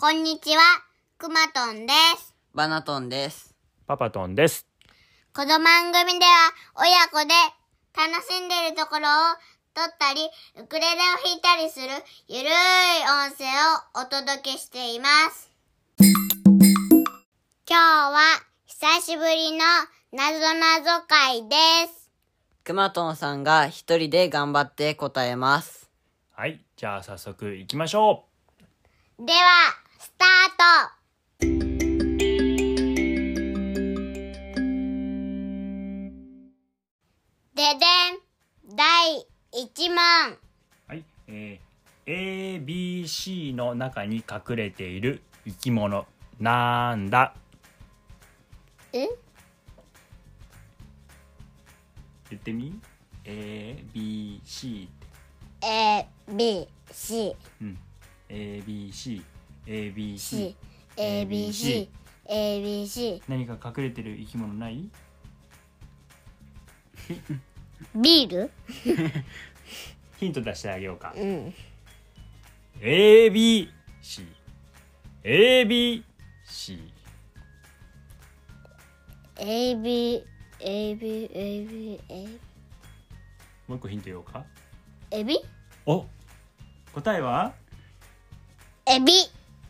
こんにちは、くまとんです。 バナトンです。 パパトンです。 この番組では親子で楽しんでいるところを撮ったり、ウクレレを弾いたりするゆるい音声をお届けしています。今日は久しぶりのなぞなぞ会です。 くまとんさんが一人で頑張って答えます。 はい、じゃあ早速行きましょう。では、スタート。ででん、第1問。 はい、ABC の中に隠れている生き物なんだ？ 言ってみ？ ABC って。 ABC。 うん。ABC。何か隠れてる生き物ない？ ビール？ ヒント出してあげようか。 うん。 ABC。もう一個ヒント言おうか。 エビ？ お、答えはエビ。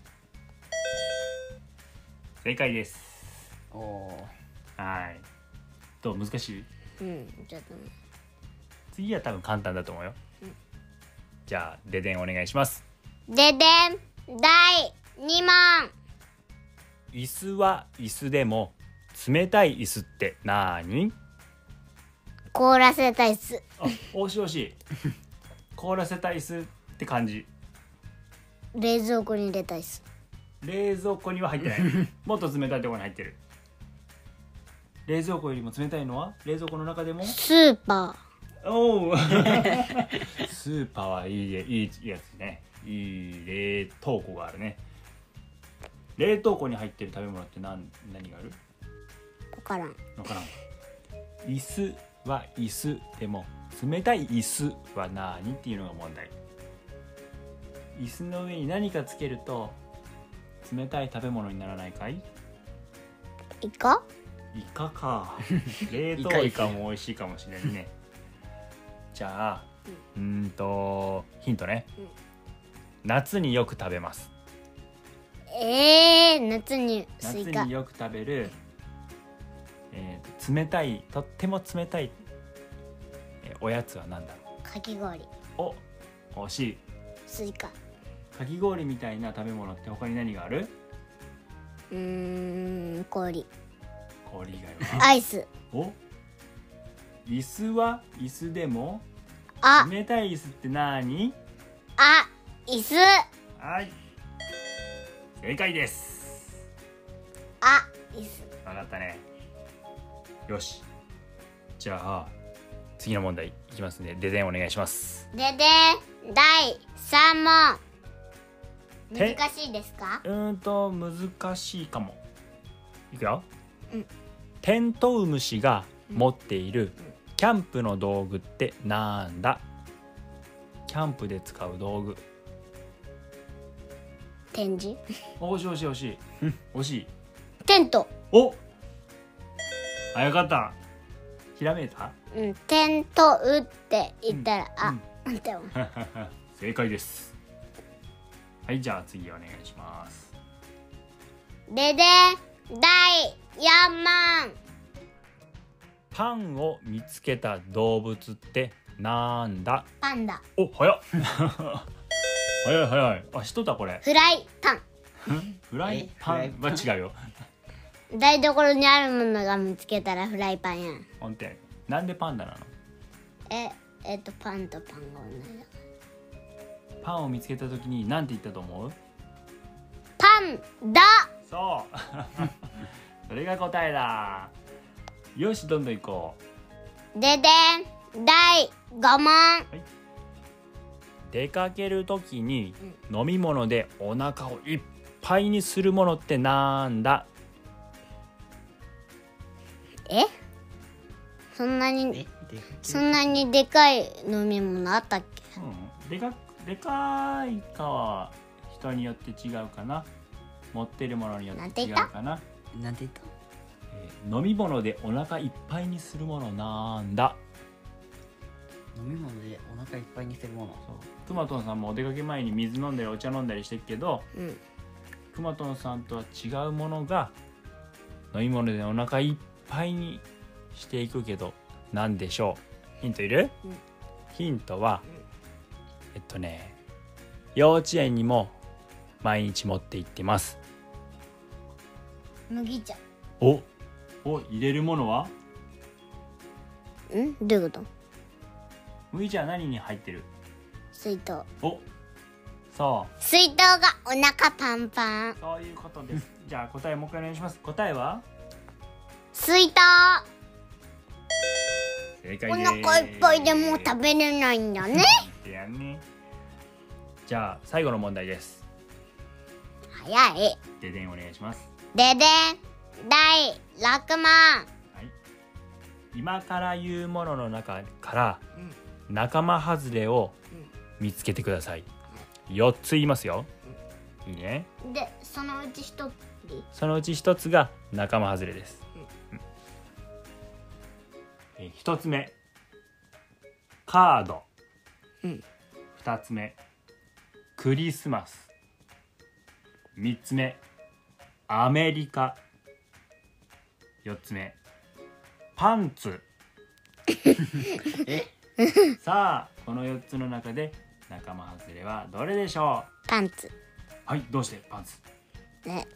正解です。 おー。 はい。どう？難しい？ うん、ちょっとね。 次は多分簡単だと思うよ。じゃあででんお願いします。 ででん、第2問。 椅子は椅子でも冷たい椅子ってなーに？ 凍らせた椅子。 あ、惜しい惜しい。凍らせた椅子って感じ。 冷蔵庫に入れた椅子。 冷蔵庫には入ってない。もっと冷たいところに入ってる。冷蔵庫よりも冷たいのは冷蔵庫の中でもスーパー。おお。スーパーはいいやつね。いい冷凍庫があるね。冷凍庫に入ってる食べ物って何がある？ わからん。 わからん。椅子は椅子でも冷たい椅子は何っていうのが問題。椅子の上に何かつけると冷たい食べ物にならないかい？ イカ？ イカか。冷凍イカも美味しいかもしれないね。じゃあ、ヒントね。夏によく食べます。 夏にスイカ。 夏によく食べる、冷たい、とっても冷たい、おやつは何だろう？ かき氷。 お、惜しい。 スイカ。 かき氷みたいな食べ物って他に何がある？ 氷。 氷以外は？ アイス。 お、椅子は椅子でも冷たい椅子って何？ 椅子。 はい、正解です。 椅子。 分かったね。よし、じゃあ次の問題いきますね。ででんお願いします。 ででん、第3問。難しいですか？ 難しいかも。いくよ。 うん。 テントウムシが持っているキャンプの道具ってなんだ？キャンプで使う道具。 展示？ 惜しい惜しい惜しい。惜しい。 テント。 お、あ、よかった。ひらめいた？ テントウって言ったら、って思う。 正解です。はい、じゃあ次お願いします。 ででん、第4問。 パンを見つけた動物ってなんだ？ パンダ。 お、早っ。早い。あ、知っとったこれ。 フライパン。 フライパンは違うよ。 台所にあるものが見つけたらフライパンやん。 ほんとや。なんでパンダなの？ パンとパンが同じだ。 パンを見つけた時に何て言ったと思う？ パンダ。 そう。それが答えだ。よし、どんどん行こう。ででん、第5問。はい、 出かける時に飲み物でお腹をいっぱいにするものってなんだ？ そんなにでかい飲み物あったっけ？ でかいかは人によって違うかな。 持ってるものによって違うなんて言ったかな。 なんて言った？ 飲み物でお腹いっぱいにするものなんだ。 飲み物でお腹いっぱいにするもの。 そうくまとんさんもお出かけ前に水飲んだりお茶飲んだりしてるけど、 うん。 くまとんさんとは違うものが飲み物でお腹いっぱいにしていくけど、なんでしょう？ヒントいる？ うんヒントは、幼稚園にも毎日持って行ってます。 麦茶。 お入れるものは？ どういうこと？ 麦茶は何に入ってる？ 水筒。 そう水筒がお腹パンパン。 そういうことです。じゃあ答えもう一回お願いします。答えは？ 水筒。お正解です。 腹いっぱいでもう食べれないんだね。 やね。じゃあ最後の問題です。 早い。 ででんお願いします。 ででん。第6問。 今から言うものの中から仲間外れを見つけてください。4つ言いますよ。いいね。 で、そのうち一人。 そのうち1つが仲間外れです。1つ目カード、2つ目クリスマス、3つ目アメリカ、4つ目パンツさあこの4つの中で仲間外れはどれでしょパンツ。 う？はい、どうしてパンツ？ ね、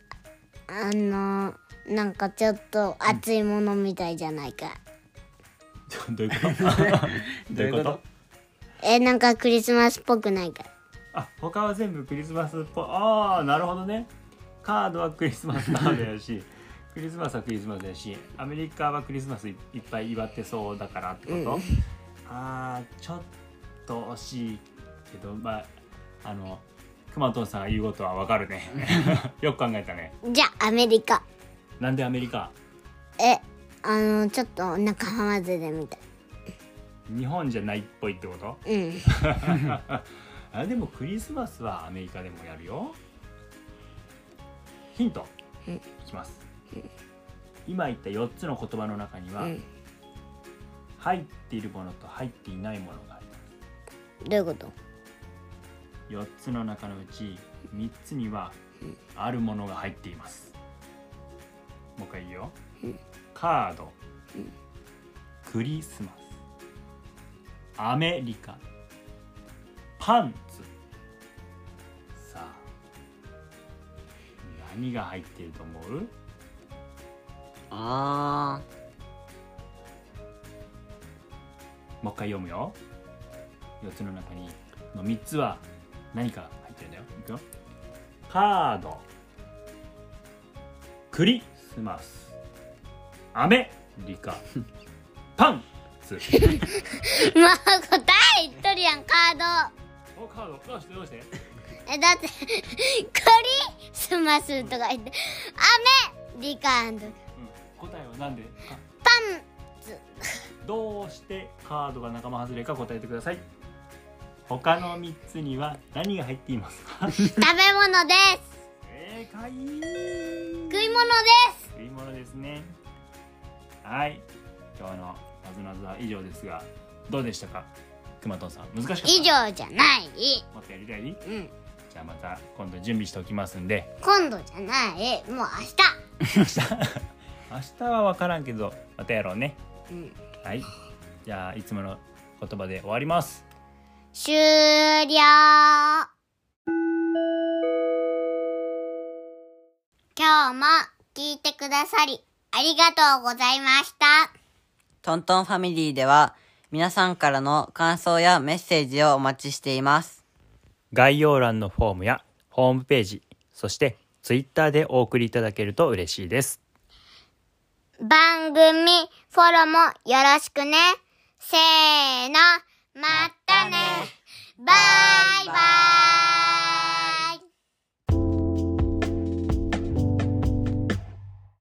なんかちょっと熱いものみたいじゃないか。 どういうことどういうこと？ なんかクリスマスっぽくないか。 あ、他は全部クリスマスっぽい。ああ、なるほどね。カードはクリスマスカードやしクリスマスはクリスマスやし、アメリカはクリスマスいっぱい祝ってそうだからってこと？ああ、ちょっと惜しいけど、くまとんさんが言うことはわかるねよく考えたね。 じゃあアメリカ。 なんでアメリカ？ ちょっと仲間外れみたい。 日本じゃないっぽいってこと？あ、でもクリスマスはアメリカでもやるよ。ヒント、いきます。今言った4つの言葉の中には、入っているものと入っていないものがあります。 どういうこと？ 4つの中のうち3つにはあるものが入っています。もう一回言うよ。カード、クリスマス、アメリカ、パンツ。さあ何が入っていると思う？もう一回読むよ。4つの中にの3つは何か入ってるんだよ。いくよ。カード、クリスマス、アメリカ、パンツ。 もう答え言っとるやん。カード。 お、カードどうしてどうして？ だってクリスマスとか言ってアメリカンド、 答えは何でか？ パンツ。 どうしてカードが仲間外れか答えてください。他の3つには何が入っていますか？ 食べ物です。 正解。 食い物です。 食い物ですね。はい、今日のなぞなぞは以上ですが、どうでしたか？くまとんさん、難しかった？ 以上じゃない。 もっとやりたい？じゃあまた今度準備しておきますんで。 今度じゃない、もう明日は分からんけどまたやろうね。はい、じゃあいつもの言葉で終わります。 終了。今日も聞いてくださりありがとうございました。 トントンファミリーでは皆さんからの感想やメッセージをお待ちしています。 概要欄のフォームやホームページ、そしてツイッターでお送りいただけると嬉しいです。 番組フォローもよろしくね。せーの、またね。バイバイ。